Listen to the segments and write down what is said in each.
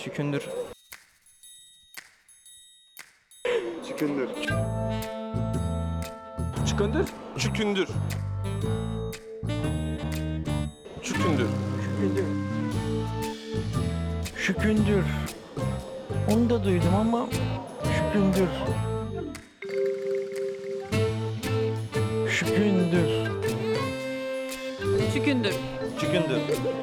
Çükündür. Çükündür. Çükündür. Çükündür. Çükündür. Şükündür. Onu da duydum ama şükündür. Şükündür. Çükündür. Çükündür.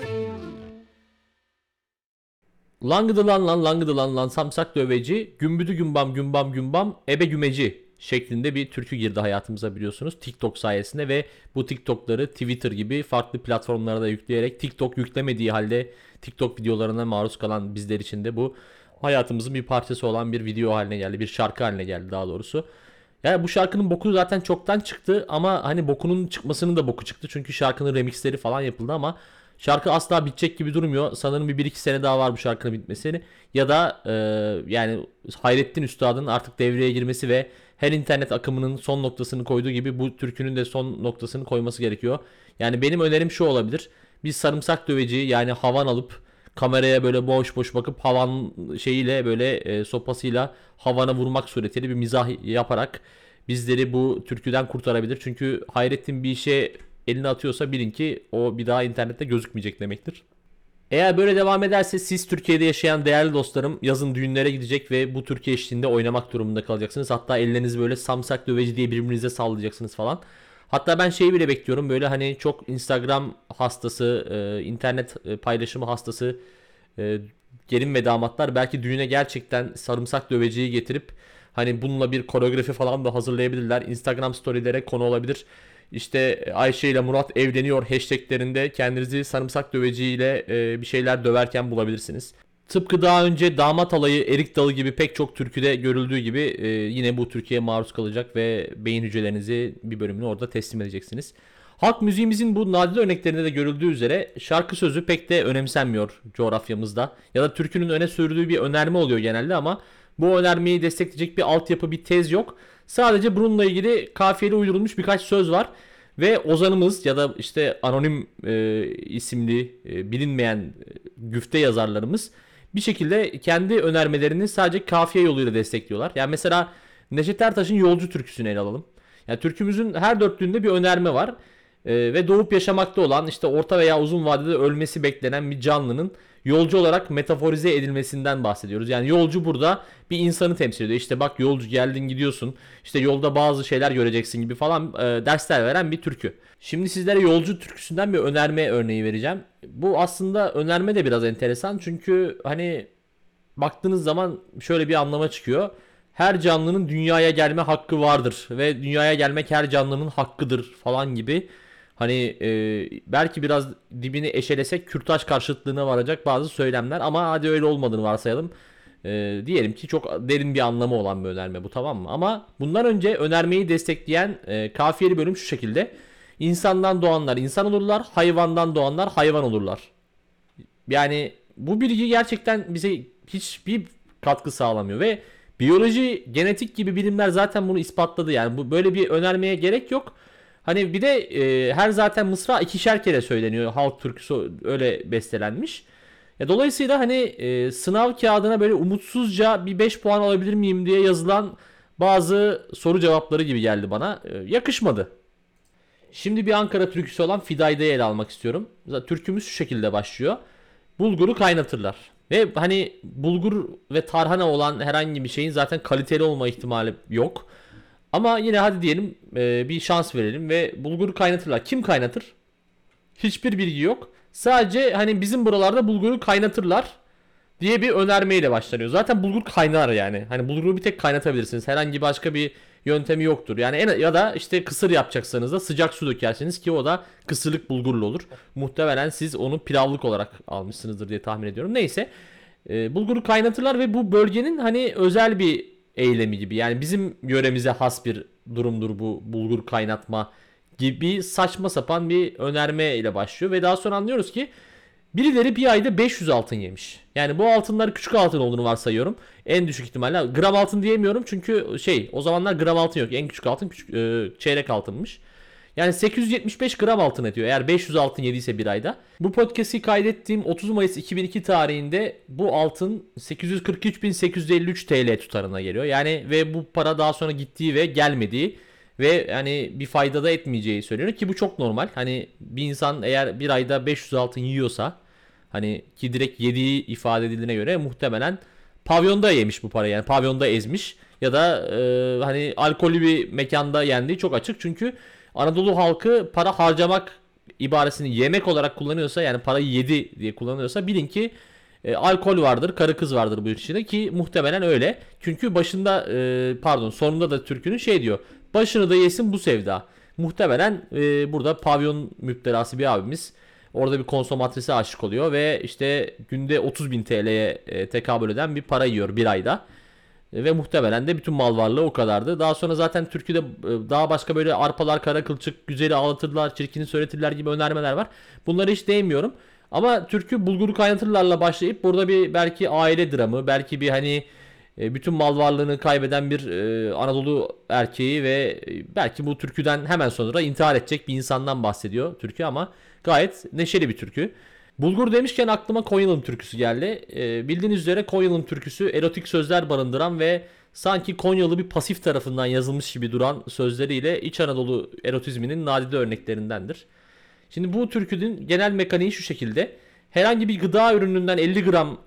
Langıdı lan samsak döveci, gümbüdü gümbam gümbam gümbam ebe gümeci şeklinde bir türkü girdi hayatımıza biliyorsunuz TikTok sayesinde ve bu TikTok'ları Twitter gibi farklı platformlara da yükleyerek TikTok yüklemediği halde TikTok videolarına maruz kalan bizler için de bu hayatımızın bir parçası olan bir video haline geldi. Bir şarkı haline geldi daha doğrusu. Yani bu şarkının boku zaten çoktan çıktı ama hani bokunun çıkmasının da boku çıktı. Çünkü şarkının remixleri falan yapıldı ama şarkı asla bitecek gibi durmuyor. Sanırım bir 1-2 sene daha var bu şarkının bitmesini. Ya da yani Hayrettin Üstad'ın artık devreye girmesi ve her internet akımının son noktasını koyduğu gibi bu türkünün de son noktasını koyması gerekiyor. Yani benim önerim şu olabilir. Bir sarımsak döveci yani havan alıp kameraya böyle boş boş bakıp havan şeyiyle böyle sopasıyla havana vurmak suretiyle bir mizah yaparak bizleri bu türküden kurtarabilir. Çünkü Hayrettin bir işe elini atıyorsa bilin ki o bir daha internette gözükmeyecek demektir. Eğer böyle devam ederse siz Türkiye'de yaşayan değerli dostlarım yazın düğünlere gidecek ve bu türkü eşliğinde oynamak durumunda kalacaksınız. Hatta ellerinizi böyle samsak döveci diye birbirinize sallayacaksınız falan. Hatta ben şeyi bile bekliyorum böyle hani çok Instagram hastası, internet paylaşımı hastası gelin ve damatlar belki düğüne gerçekten sarımsak döveciyi getirip hani bununla bir koreografi falan da hazırlayabilirler. Instagram storylere konu olabilir. İşte Ayşe ile Murat evleniyor hashtaglerinde kendinizi sarımsak döveciyle bir şeyler döverken bulabilirsiniz. Tıpkı daha önce damat alayı, erik dalı gibi pek çok türküde görüldüğü gibi yine bu türküye maruz kalacak ve beyin hücrelerinizi bir bölümünü orada teslim edeceksiniz. Halk müziğimizin bu nadide örneklerinde de görüldüğü üzere şarkı sözü pek de önemsenmiyor coğrafyamızda. Ya da türkünün öne sürdüğü bir önerme oluyor genelde ama bu önermeyi destekleyecek bir altyapı, bir tez yok. Sadece bununla ilgili kafiyeli uydurulmuş birkaç söz var. Ve ozanımız ya da işte anonim isimli bilinmeyen güfte yazarlarımız bir şekilde kendi önermelerini sadece kafiye yoluyla destekliyorlar. Yani mesela Neşet Ertaş'ın Yolcu türküsünü ele alalım. Yani türkümüzün her dörtlüğünde bir önerme var. Ve doğup yaşamakta olan işte orta veya uzun vadede ölmesi beklenen bir canlının yolcu olarak metaforize edilmesinden bahsediyoruz. Yani yolcu burada bir insanı temsil ediyor. İşte bak yolcu geldin gidiyorsun. İşte yolda bazı şeyler göreceksin gibi falan dersler veren bir türkü. Şimdi sizlere yolcu türküsünden bir önerme örneği vereceğim. Bu aslında önerme de biraz enteresan. Çünkü hani baktığınız zaman şöyle bir anlama çıkıyor. Her canlının dünyaya gelme hakkı vardır ve dünyaya gelmek her canlının hakkıdır falan gibi. Hani belki biraz dibini eşelesek kürtaj karşıtlığına varacak bazı söylemler ama hadi öyle olmadığını varsayalım. Diyelim ki çok derin bir anlamı olan bir önerme bu, tamam mı? Ama bundan önce önermeyi destekleyen kafiyeli bölüm şu şekilde. İnsandan doğanlar insan olurlar, hayvandan doğanlar hayvan olurlar. Yani bu bilgi gerçekten bize hiçbir katkı sağlamıyor ve biyoloji, genetik gibi bilimler zaten bunu ispatladı. Yani bu böyle bir önermeye gerek yok. Hani bir de her zaten mısra ikişer kere söyleniyor. Halk türküsü öyle bestelenmiş. Dolayısıyla hani sınav kağıdına böyle umutsuzca bir 5 puan alabilir miyim diye yazılan bazı soru cevapları gibi geldi bana. Yakışmadı. Şimdi bir Ankara türküsü olan Fidayda'yı ele almak istiyorum. Mesela türkümüz şu şekilde başlıyor. Bulguru kaynatırlar. Ve hani bulgur ve tarhana olan herhangi bir şeyin zaten kaliteli olma ihtimali yok. Ama yine hadi diyelim bir şans verelim ve bulguru kaynatırlar. Kim kaynatır? Hiçbir bilgi yok. Sadece hani bizim buralarda bulguru kaynatırlar diye bir önermeyle başlanıyor. Zaten bulgur kaynar yani. Hani bulguru bir tek kaynatabilirsiniz. Herhangi başka bir yöntemi yoktur. Yani ya da işte kısır yapacaksanız da sıcak su dökersiniz ki o da kısırlık bulgurlu olur. Muhtemelen siz onu pilavlık olarak almışsınızdır diye tahmin ediyorum. Neyse. Bulguru kaynatırlar ve bu bölgenin hani özel bir eylemi gibi. Yani bizim yöremize has bir durumdur bu bulgur kaynatma gibi saçma sapan bir önerme ile başlıyor. Ve daha sonra anlıyoruz ki birileri bir ayda 500 altın yemiş. Yani bu altınlar küçük altın olduğunu varsayıyorum. En düşük ihtimalle. Gram altın diyemiyorum çünkü o zamanlar gram altın yok. En küçük altın çeyrek altınmış. Yani 875 gram altın ediyor eğer 500 altın yediyse bir ayda. Bu podcast'i kaydettiğim 30 Mayıs 2002 tarihinde bu altın 843.853 TL tutarına geliyor. Yani ve bu para daha sonra gittiği ve gelmediği ve hani bir fayda da etmeyeceği söyleniyor ki bu çok normal. Hani bir insan eğer bir ayda 500 altın yiyorsa hani ki direkt yediği ifade edildiğine göre muhtemelen pavyonda yemiş bu parayı, yani pavyonda ezmiş ya da hani alkollü bir mekanda yendiği çok açık. Çünkü Anadolu halkı para harcamak ibaresini yemek olarak kullanıyorsa, yani parayı yedi diye kullanıyorsa bilin ki alkol vardır, karı kız vardır bu içinde ki muhtemelen öyle. Çünkü başında pardon sonunda da türkünün şey diyor. Başını da yesin bu sevda. Muhtemelen burada pavyon müptelası bir abimiz orada bir konsomatrise aşık oluyor ve işte günde 30.000 TL'ye tekabül eden bir para yiyor bir ayda. Ve muhtemelen de bütün mal varlığı o kadardı. Daha sonra zaten türküde daha başka böyle arpalar kara kılçık, güzeli ağlatırlar, çirkini söyletirler gibi önermeler var. Bunları hiç değinmiyorum. Ama türkü bulguru kaynatırlarla başlayıp burada bir belki aile dramı, belki bir hani bütün mal varlığını kaybeden bir Anadolu erkeği ve belki bu türküden hemen sonra intihar edecek bir insandan bahsediyor türkü ama gayet neşeli bir türkü. Bulgur demişken aklıma Konyaalım türküsü geldi. Bildiğiniz üzere Konyaalım türküsü erotik sözler barındıran ve sanki Konyalı bir pasif tarafından yazılmış gibi duran sözleriyle İç Anadolu erotizminin nadide örneklerindendir. Şimdi bu türkünün genel mekaniği şu şekilde. Herhangi bir gıda ürününden 50 gram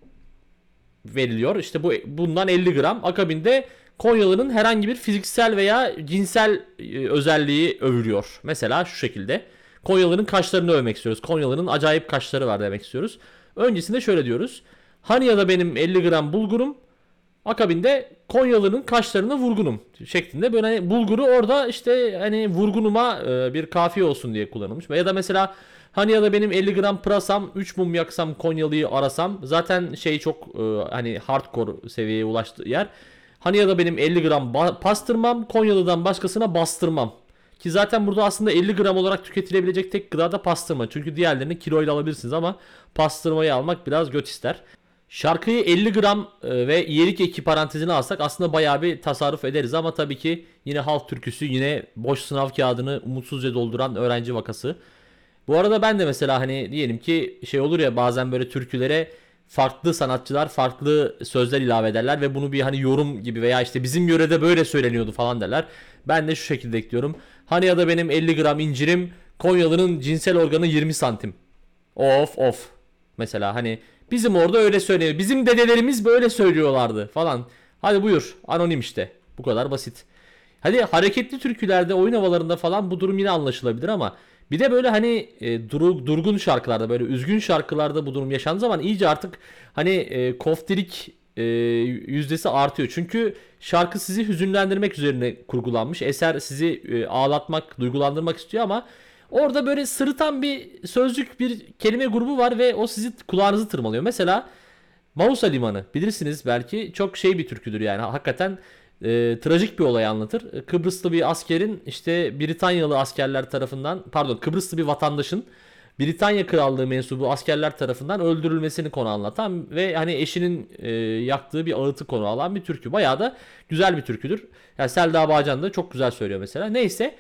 veriliyor. İşte bundan 50 gram. Akabinde Konyalı'nın herhangi bir fiziksel veya cinsel özelliği övülüyor. Mesela şu şekilde. Konyalı'nın kaşlarını övmek istiyoruz. Konyalı'nın acayip kaşları var demek istiyoruz. Öncesinde şöyle diyoruz. Hani ya da benim 50 gram bulgurum. Akabinde Konyalı'nın kaşlarına vurgunum şeklinde böyle hani bulguru orada işte hani vurgunuma bir kafiye olsun diye kullanılmış. Ya da mesela hani ya da benim 50 gram pırasam 3 mum yaksam Konyalı'yı arasam zaten şey çok hani hardcore seviyeye ulaştığı yer. Hani ya da benim 50 gram pastırmam Konyalı'dan başkasına bastırmam. Ki zaten burada aslında 50 gram olarak tüketilebilecek tek gıda da pastırma. Çünkü diğerlerini kiloyla alabilirsiniz ama pastırmayı almak biraz göt ister. Şarkıyı 50 gram ve iyilik eki parantezine alsak aslında bayağı bir tasarruf ederiz ama tabii ki yine halk türküsü, yine boş sınav kağıdını umutsuzca dolduran öğrenci vakası. Bu arada ben de mesela hani diyelim ki şey olur ya bazen böyle türkülere farklı sanatçılar farklı sözler ilave ederler ve bunu bir hani yorum gibi veya işte bizim yörede böyle söyleniyordu falan derler. Ben de şu şekilde ekliyorum. Hani ya da benim 50 gram incirim Konyalı'nın cinsel organı 20 santim. Of. Mesela hani bizim orada öyle söyleniyor. Bizim dedelerimiz böyle söylüyorlardı falan. Hadi buyur. Anonim işte. Bu kadar basit. Hadi hareketli türkülerde, oyun havalarında falan bu durum yine anlaşılabilir ama bir de böyle hani durgun şarkılarda, böyle üzgün şarkılarda bu durum yaşandığı zaman iyice artık hani koftirik yüzdesi artıyor. Çünkü şarkı sizi hüzünlendirmek üzerine kurgulanmış. Eser sizi ağlatmak, duygulandırmak istiyor ama orada böyle sırıtan bir sözcük, bir kelime grubu var ve o sizi kulağınızı tırmalıyor. Mesela Mausa Limanı bilirsiniz belki, çok şey bir türküdür yani hakikaten trajik bir olay anlatır. Kıbrıslı bir askerin işte Britanyalı askerler tarafından, pardon Kıbrıslı bir vatandaşın Britanya Krallığı mensubu askerler tarafından öldürülmesini konu anlatan ve hani eşinin yaktığı bir ağıtı konu alan bir türkü. Bayağı da güzel bir türküdür. Yani Selda Bağcan da çok güzel söylüyor mesela. Neyse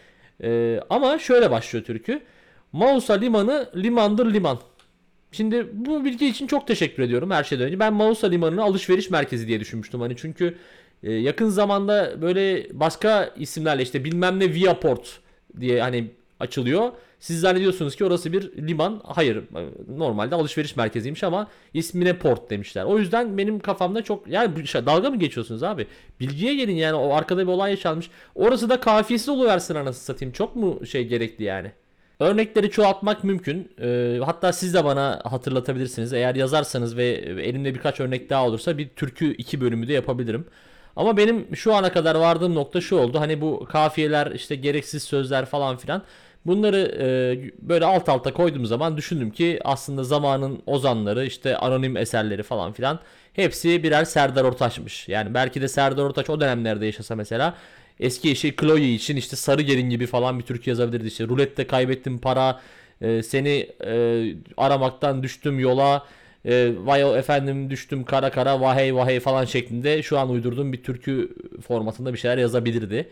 ama şöyle başlıyor türkü. Mausa Limanı limandır liman. Şimdi bu bilgi için çok teşekkür ediyorum her şeyden önce. Ben Mausa Limanı'nı alışveriş merkezi diye düşünmüştüm. Hani çünkü yakın zamanda böyle başka isimlerle işte bilmem ne Viaport diye hani açılıyor. Siz zannediyorsunuz ki orası bir liman. Hayır, normalde alışveriş merkeziymiş ama ismine port demişler. O yüzden benim kafamda çok yani dalga mı geçiyorsunuz abi? Bilgiye gelin yani, o arkada bir olay yaşanmış. Orası da kafiyesiz oluversin anasını satayım. Çok mu şey gerekli yani? Örnekleri çoğaltmak mümkün. Hatta siz de bana hatırlatabilirsiniz. Eğer yazarsanız ve elimde birkaç örnek daha olursa bir türkü 2 bölümü de yapabilirim. Ama benim şu ana kadar vardığım nokta şu oldu. Hani bu kafiyeler, işte gereksiz sözler falan filan. Bunları böyle alt alta koyduğum zaman düşündüm ki aslında zamanın ozanları, işte anonim eserleri falan filan hepsi birer Serdar Ortaç'mış. Yani belki de Serdar Ortaç o dönemlerde yaşasa mesela eski eşi Chloe için işte Sarı Gelin gibi falan bir türkü yazabilirdi. İşte rulette kaybettim para, seni aramaktan düştüm yola, vay efendim düştüm kara kara vahey vahey falan şeklinde şu an uydurduğum bir türkü formatında bir şeyler yazabilirdi.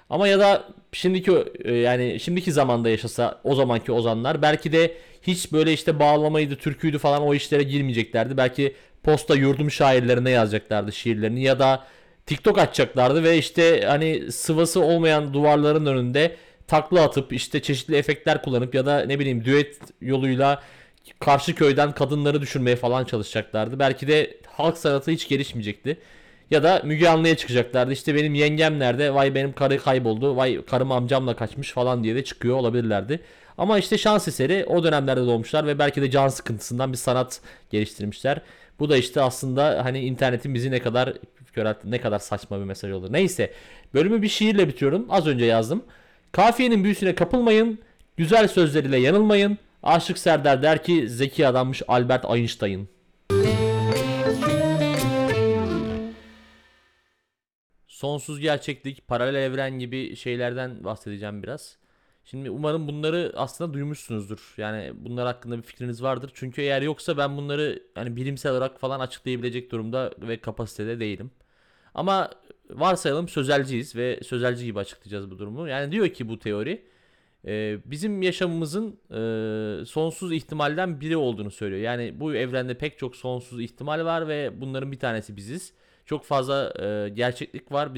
Ama ya da şimdiki yani şimdiki zamanda yaşasa o zamanki ozanlar belki de hiç böyle işte bağlamaydı, türküydü falan o işlere girmeyeceklerdi. Belki posta yurdum şairlerine yazacaklardı şiirlerini ya da TikTok açacaklardı ve işte hani sıvası olmayan duvarların önünde takla atıp işte çeşitli efektler kullanıp ya da ne bileyim düet yoluyla karşı köyden kadınları düşürmeye falan çalışacaklardı. Belki de halk sanatı hiç gelişmeyecekti. Ya da Müge Anlı'ya çıkacaklardı. İşte benim yengem nerede? Vay benim karı kayboldu. Vay karım amcamla kaçmış falan diye de çıkıyor olabilirlerdi. Ama işte şans eseri o dönemlerde doğmuşlar ve belki de can sıkıntısından bir sanat geliştirmişler. Bu da işte aslında hani internetin bizi ne kadar köreltti, ne kadar saçma bir mesaj olur. Neyse, bölümü bir şiirle bitiriyorum. Az önce yazdım. Kafiyenin büyüsüne kapılmayın. Güzel sözleriyle yanılmayın. Aşık Serdar der ki zeki adammış Albert Einstein. Sonsuz gerçeklik, paralel evren gibi şeylerden bahsedeceğim biraz. Şimdi umarım bunları aslında duymuşsunuzdur. Yani bunlar hakkında bir fikriniz vardır. Çünkü eğer yoksa ben bunları hani bilimsel olarak falan açıklayabilecek durumda ve kapasitede değilim. Ama varsayalım sözelciyiz ve sözelci gibi açıklayacağız bu durumu. Yani diyor ki bu teori bizim yaşamımızın sonsuz ihtimalden biri olduğunu söylüyor. Yani bu evrende pek çok sonsuz ihtimal var ve bunların bir tanesi biziz. Çok fazla gerçeklik var.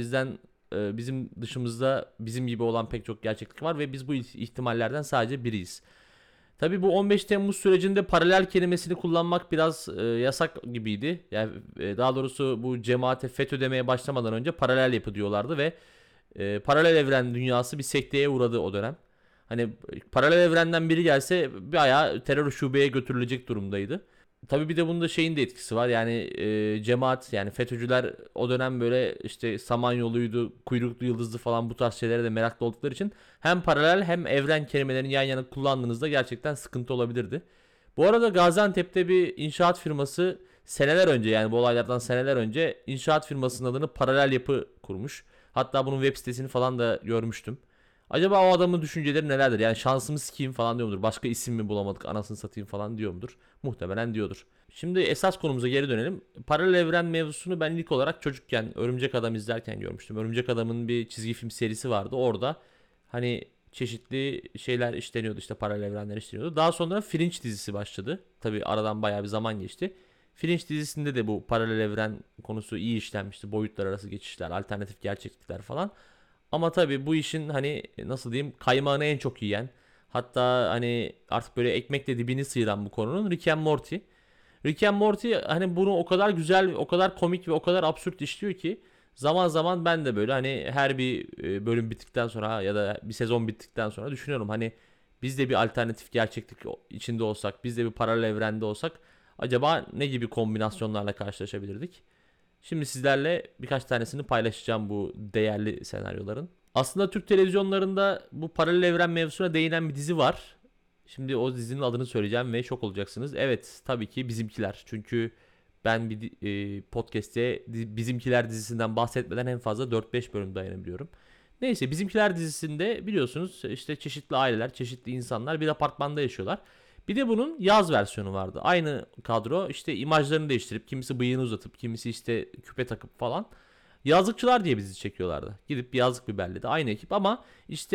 Bizim dışımızda bizim gibi olan pek çok gerçeklik var ve biz bu ihtimallerden sadece biriyiz. Tabii bu 15 Temmuz sürecinde paralel kelimesini kullanmak biraz yasak gibiydi. Yani daha doğrusu bu cemaate FETÖ demeye başlamadan önce paralel yapı diyorlardı ve paralel evren dünyası bir sekteye uğradı o dönem. Hani paralel evrenden biri gelse bir ayağı terör şubeye götürülecek durumdaydı. Tabii bir de bunda şeyin de etkisi var. Yani cemaat yani FETÖ'cüler o dönem böyle işte Samanyolu'ydu, kuyruklu yıldızlı falan bu tarz şeylere de meraklı oldukları için hem paralel hem evren kelimelerini yan yana kullandığınızda gerçekten sıkıntı olabilirdi. Bu arada Gaziantep'te bir inşaat firması seneler önce yani bu olaylardan seneler önce inşaat firmasının adını Paralel Yapı kurmuş. Hatta bunun web sitesini falan da görmüştüm. Acaba o adamın düşünceleri nelerdir? Yani şansımı sikeyim falan diyor mudur? Başka isim mi bulamadık anasını satayım falan diyor mudur? Muhtemelen diyordur. Şimdi esas konumuza geri dönelim. Paralel evren mevzusunu ben ilk olarak çocukken Örümcek Adam izlerken görmüştüm. Örümcek Adam'ın bir çizgi film serisi vardı. Orada hani çeşitli şeyler işleniyordu işte paralel evrenler işleniyordu. Daha sonra Fringe dizisi başladı. Tabi aradan bayağı bir zaman geçti. Fringe dizisinde de bu paralel evren konusu iyi işlenmişti. Boyutlar arası geçişler, alternatif gerçeklikler falan. Ama tabii bu işin hani nasıl diyeyim kaymağını en çok yiyen hatta hani artık böyle ekmekle dibini sıyıran bu konunun Rick and Morty. Rick and Morty hani bunu o kadar güzel, o kadar komik ve o kadar absürt işliyor ki zaman zaman ben de böyle hani her bir bölüm bittikten sonra ya da bir sezon bittikten sonra düşünüyorum hani biz de bir alternatif gerçeklik içinde olsak, biz de bir paralel evrende olsak acaba ne gibi kombinasyonlarla karşılaşabilirdik? Şimdi sizlerle birkaç tanesini paylaşacağım bu değerli senaryoların. Aslında Türk televizyonlarında bu paralel evren mevzusuna değinen bir dizi var. Şimdi o dizinin adını söyleyeceğim ve şok olacaksınız. Evet, tabii ki Bizimkiler. Çünkü ben bir podcast'te Bizimkiler dizisinden bahsetmeden en fazla 4-5 bölüm dayanabiliyorum. Neyse Bizimkiler dizisinde biliyorsunuz işte çeşitli aileler, çeşitli insanlar bir apartmanda yaşıyorlar. Bir de bunun yaz versiyonu vardı. Aynı kadro işte imajlarını değiştirip kimisi bıyığını uzatıp kimisi işte küpe takıp falan. Yazlıkçılar diye bizi çekiyorlardı. Gidip bir yazlık biberledi. Aynı ekip ama işte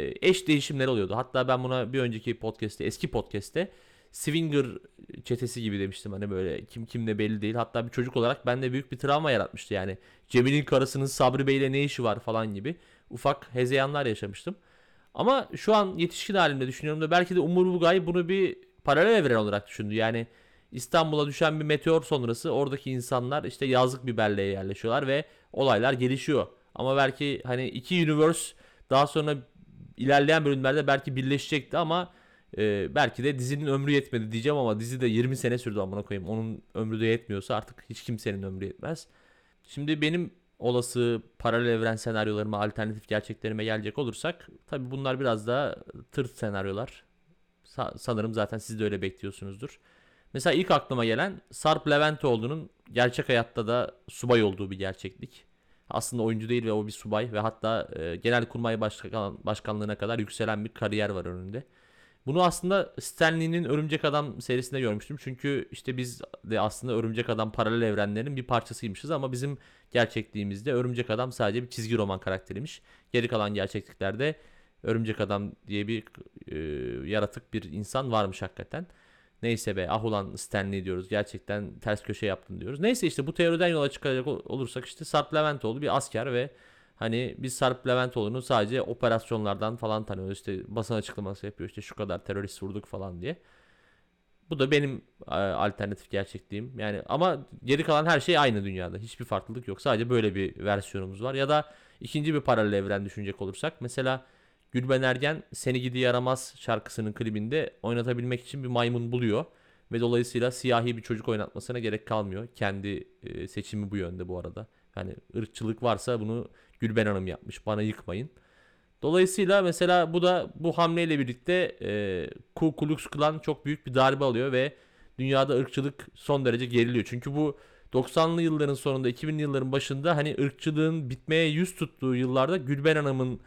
eş değişimleri oluyordu. Hatta ben buna bir önceki podcast'te, eski podcast'te Swinger çetesi gibi demiştim. Hani böyle kim kimle belli değil. Hatta bir çocuk olarak bende büyük bir travma yaratmıştı yani. Cemil'in karısının Sabri Bey'le ne işi var falan gibi ufak hezeyanlar yaşamıştım. Ama şu an yetişkin halimde düşünüyorum da belki de Umur Bugay bunu bir paralel evren olarak düşündü. Yani İstanbul'a düşen bir meteor sonrası oradaki insanlar işte yazlık bir belleğe yerleşiyorlar ve olaylar gelişiyor. Ama belki hani iki universe daha sonra ilerleyen bölümlerde belki birleşecekti ama belki de dizinin ömrü yetmedi diyeceğim ama dizi de 20 sene sürdü amına koyayım. Onun ömrü de yetmiyorsa artık hiç kimsenin ömrü yetmez. Şimdi benim olası paralel evren senaryolarıma, alternatif gerçeklerime gelecek olursak tabi bunlar biraz daha tırt senaryolar. Sanırım zaten siz de öyle bekliyorsunuzdur. Mesela ilk aklıma gelen Sarp Leventioğlu'nun gerçek hayatta da subay olduğu bir gerçeklik. Aslında oyuncu değil ve o bir subay ve hatta Genelkurmay Başkanlığına kadar yükselen bir kariyer var önünde. Bunu aslında Stan Lee'nin Örümcek Adam serisinde görmüştüm. Çünkü işte biz de aslında Örümcek Adam paralel evrenlerinin bir parçasıymışız ama bizim gerçekliğimizde Örümcek Adam sadece bir çizgi roman karakteriymiş. Geri kalan gerçekliklerde Örümcek Adam diye bir yaratık bir insan varmış hakikaten. Neyse be, ah ulan Stan Lee diyoruz. Gerçekten ters köşe yaptın diyoruz. Neyse işte bu teoriden yola çıkacak olursak işte Sarp Leventoğlu bir asker ve hani biz Sarp Leventoğlu'nu sadece operasyonlardan falan tanıyoruz. İşte basın açıklaması yapıyor, işte şu kadar terörist vurduk falan diye. Bu da benim alternatif gerçekliğim. Yani ama geri kalan her şey aynı dünyada. Hiçbir farklılık yok. Sadece böyle bir versiyonumuz var. Ya da ikinci bir paralel evren düşünecek olursak. Mesela Gülben Ergen Seni Gidi Yaramaz şarkısının klibinde oynatabilmek için bir maymun buluyor. Ve dolayısıyla siyahi bir çocuk oynatmasına gerek kalmıyor. Kendi seçimi bu yönde bu arada. Yani ırkçılık varsa bunu Gülben Hanım yapmış. Bana yıkmayın. Dolayısıyla mesela bu da bu hamleyle birlikte Ku Klux Klan çok büyük bir darbe alıyor ve dünyada ırkçılık son derece geriliyor. Çünkü bu 90'lı yılların sonunda 2000'li yılların başında hani ırkçılığın bitmeye yüz tuttuğu yıllarda Gülben Hanım'ın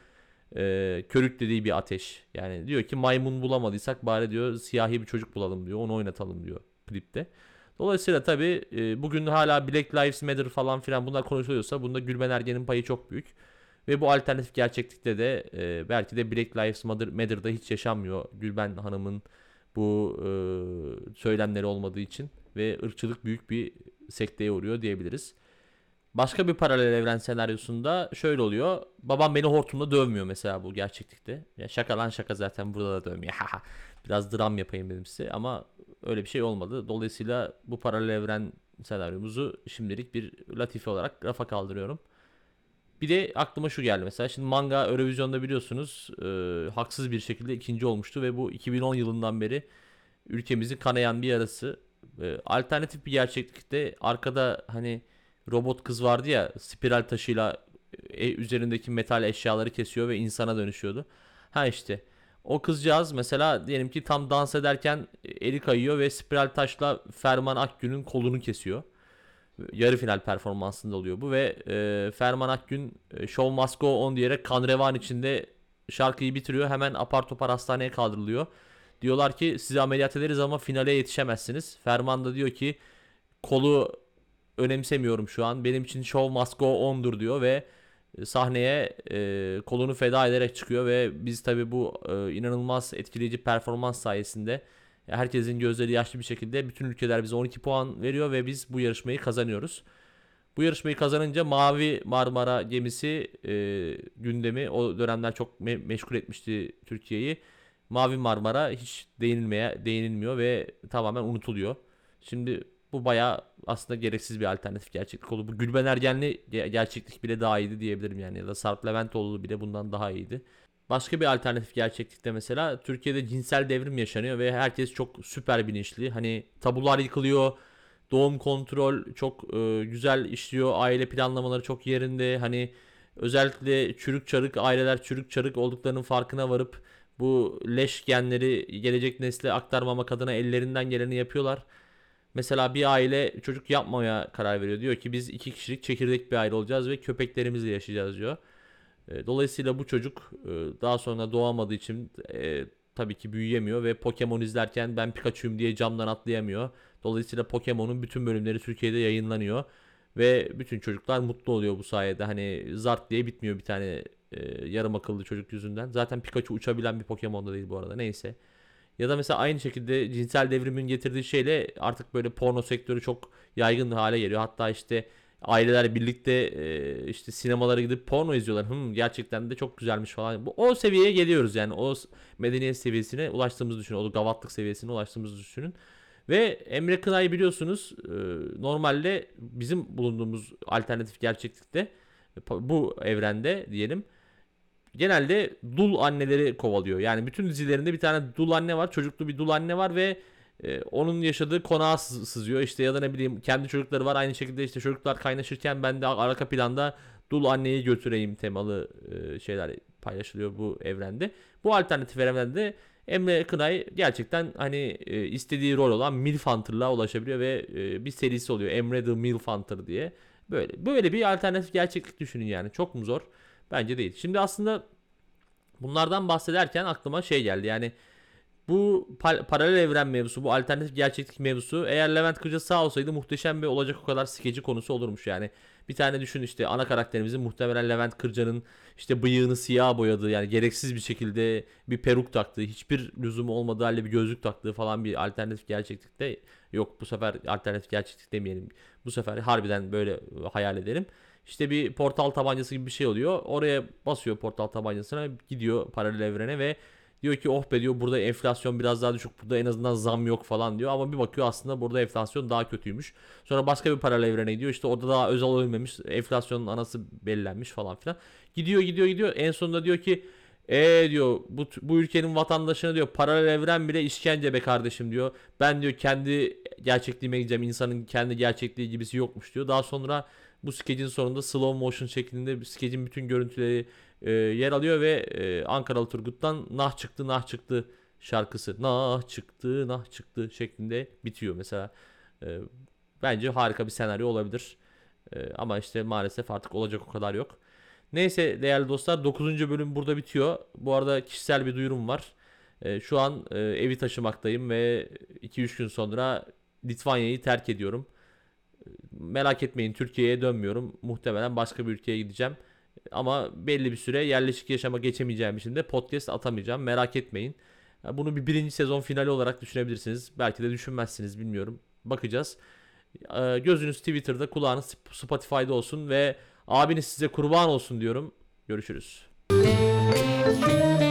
körüklediği bir ateş. Yani diyor ki maymun bulamadıysak bari diyor siyahi bir çocuk bulalım diyor. Onu oynatalım diyor klipte. Dolayısıyla tabii bugün hala Black Lives Matter falan filan bunlar konuşuluyorsa bunda Gülben Ergen'in payı çok büyük. Ve bu alternatif gerçeklikte de belki de Black Lives Matter'da hiç yaşanmıyor Gülben Hanım'ın bu söylemleri olmadığı için ve ırkçılık büyük bir sekteye uğruyor diyebiliriz. Başka bir paralel evren senaryosunda şöyle oluyor. Babam beni hortumla dövmüyor mesela bu gerçeklikte. Ya şaka lan şaka, zaten burada da dövmüyor. Biraz dram yapayım dedim size ama öyle bir şey olmadı. Dolayısıyla bu paralel evren senaryomuzu şimdilik bir latife olarak rafa kaldırıyorum. Bir de aklıma şu geldi mesela. Şimdi manga Eurovision'da biliyorsunuz haksız bir şekilde ikinci olmuştu ve bu 2010 yılından beri ülkemizin kanayan bir yarası. Alternatif bir gerçeklikte arkada hani robot kız vardı ya, spiral taşıyla üzerindeki metal eşyaları kesiyor ve insana dönüşüyordu. Ha işte o kızcağız mesela diyelim ki tam dans ederken eli kayıyor ve spiral taşla Ferman Akgün'ün kolunu kesiyor. Yarı final performansında oluyor bu ve Ferman Akgün Show Must Go On diyerek kan revan içinde şarkıyı bitiriyor. Hemen apar topar hastaneye kaldırılıyor. Diyorlar ki sizi ameliyat ederiz ama finale yetişemezsiniz. Ferman da diyor ki kolu önemsemiyorum şu an. Benim için Show Must Go On'dur diyor ve sahneye kolunu feda ederek çıkıyor ve biz tabi bu inanılmaz etkileyici performans sayesinde herkesin gözleri yaşlı bir şekilde bütün ülkeler bize 12 puan veriyor ve biz bu yarışmayı kazanıyoruz. Bu yarışmayı kazanınca Mavi Marmara gemisi gündemi o dönemler çok meşgul etmişti Türkiye'yi. Mavi Marmara hiç değinilmiyor ve tamamen unutuluyor. Şimdi bu bayağı aslında gereksiz bir alternatif gerçeklik oldu. Bu Gülben Ergenli gerçeklik bile daha iyiydi diyebilirim yani. Ya da Sarp Leventoğlu bile bundan daha iyiydi. Başka bir alternatif gerçeklikte mesela Türkiye'de cinsel devrim yaşanıyor ve herkes çok süper bilinçli. Hani tabular yıkılıyor. Doğum kontrol çok güzel işliyor. Aile planlamaları çok yerinde. Hani özellikle çürük çarık aileler çürük çarık olduklarının farkına varıp bu leş genleri gelecek nesle aktarmamak adına ellerinden geleni yapıyorlar. Mesela bir aile çocuk yapmaya karar veriyor. Diyor ki biz 2 kişilik çekirdek bir aile olacağız ve köpeklerimizle yaşayacağız diyor. Dolayısıyla bu çocuk daha sonra doğamadığı için tabii ki büyüyemiyor ve Pokemon izlerken ben Pikachu'yum diye camdan atlayamıyor. Dolayısıyla Pokemon'un bütün bölümleri Türkiye'de yayınlanıyor ve bütün çocuklar mutlu oluyor bu sayede. Hani Zart diye bitmiyor bir tane yarım akıllı çocuk yüzünden. Zaten Pikachu uçabilen bir Pokemon da değil bu arada. Neyse. Ya da mesela aynı şekilde cinsel devrimin getirdiği şeyle artık böyle porno sektörü çok yaygın hale geliyor. Hatta işte aileler birlikte işte sinemalara gidip porno izliyorlar. Gerçekten de çok güzelmiş falan. O seviyeye geliyoruz yani. O medeniyet seviyesine ulaştığımızı düşünün. O gavatlık seviyesine ulaştığımızı düşünün. Ve Emre Kınay biliyorsunuz normalde bizim bulunduğumuz alternatif gerçeklikte bu evrende diyelim genelde dul anneleri kovalıyor. Yani bütün dizilerinde bir tane dul anne var. Çocuklu bir dul anne var ve onun yaşadığı konağa sızıyor. İşte ya da ne bileyim kendi çocukları var. Aynı şekilde işte çocuklar kaynaşırken ben de arka planda dul anneyi götüreyim temalı şeyler paylaşılıyor bu evrende. Bu alternatif evrende Emre Kınay gerçekten hani istediği rol olan Milf Hunter'la ulaşabiliyor ve bir serisi oluyor. Emre the Milf Hunter diye. Böyle bir alternatif gerçeklik düşünün yani. Çok mu zor? Bence değil. Şimdi aslında bunlardan bahsederken aklıma şey geldi. Yani Bu paralel evren mevzusu, bu alternatif gerçeklik mevzusu, eğer Levent Kırca sağ olsaydı muhteşem bir olacak o kadar skeci konusu olurmuş yani. Bir tane düşün, işte ana karakterimizin muhtemelen Levent Kırca'nın işte bıyığını siyah boyadığı, yani gereksiz bir şekilde bir peruk taktığı, hiçbir lüzumu olmadığı halde bir gözlük taktığı falan bir alternatif gerçeklikte yok. Bu sefer alternatif gerçeklik demeyelim. Bu sefer harbiden böyle hayal edelim. İşte bir portal tabancası gibi bir şey oluyor. Oraya basıyor portal tabancasına, gidiyor paralel evrene ve diyor ki oh be diyor, burada enflasyon biraz daha düşük, burada en azından zam yok falan diyor. Ama bir bakıyor aslında burada enflasyon daha kötüymüş. Sonra başka bir paralel evrene gidiyor, işte orada daha özel ölmemiş, enflasyonun anası belirlenmiş falan filan. Gidiyor en sonunda diyor ki diyor bu ülkenin vatandaşına diyor paralel evren bile işkence be kardeşim diyor. Ben diyor kendi gerçekliğime gideceğim, insanın kendi gerçekliği gibisi yokmuş diyor. Daha sonra bu skecin sonunda slow motion şeklinde skecin bütün görüntüleri yer alıyor ve Ankaralı Turgut'tan nah çıktı nah çıktı şarkısı nah çıktı nah çıktı şeklinde bitiyor mesela. Bence harika bir senaryo olabilir. Ama işte maalesef artık olacak o kadar yok. Neyse değerli dostlar, 9. bölüm burada bitiyor. Bu arada kişisel bir duyurum var. Şu an evi taşımaktayım ve 2-3 gün sonra Litvanya'yı terk ediyorum. Merak etmeyin, Türkiye'ye dönmüyorum. Muhtemelen başka bir ülkeye gideceğim. Ama belli bir süre yerleşik yaşama geçemeyeceğim için de podcast atamayacağım. Merak etmeyin. Bunu bir birinci sezon finali olarak düşünebilirsiniz. Belki de düşünmezsiniz, bilmiyorum. Bakacağız. Gözünüz Twitter'da, kulağınız Spotify'da olsun ve abiniz size kurban olsun diyorum. Görüşürüz.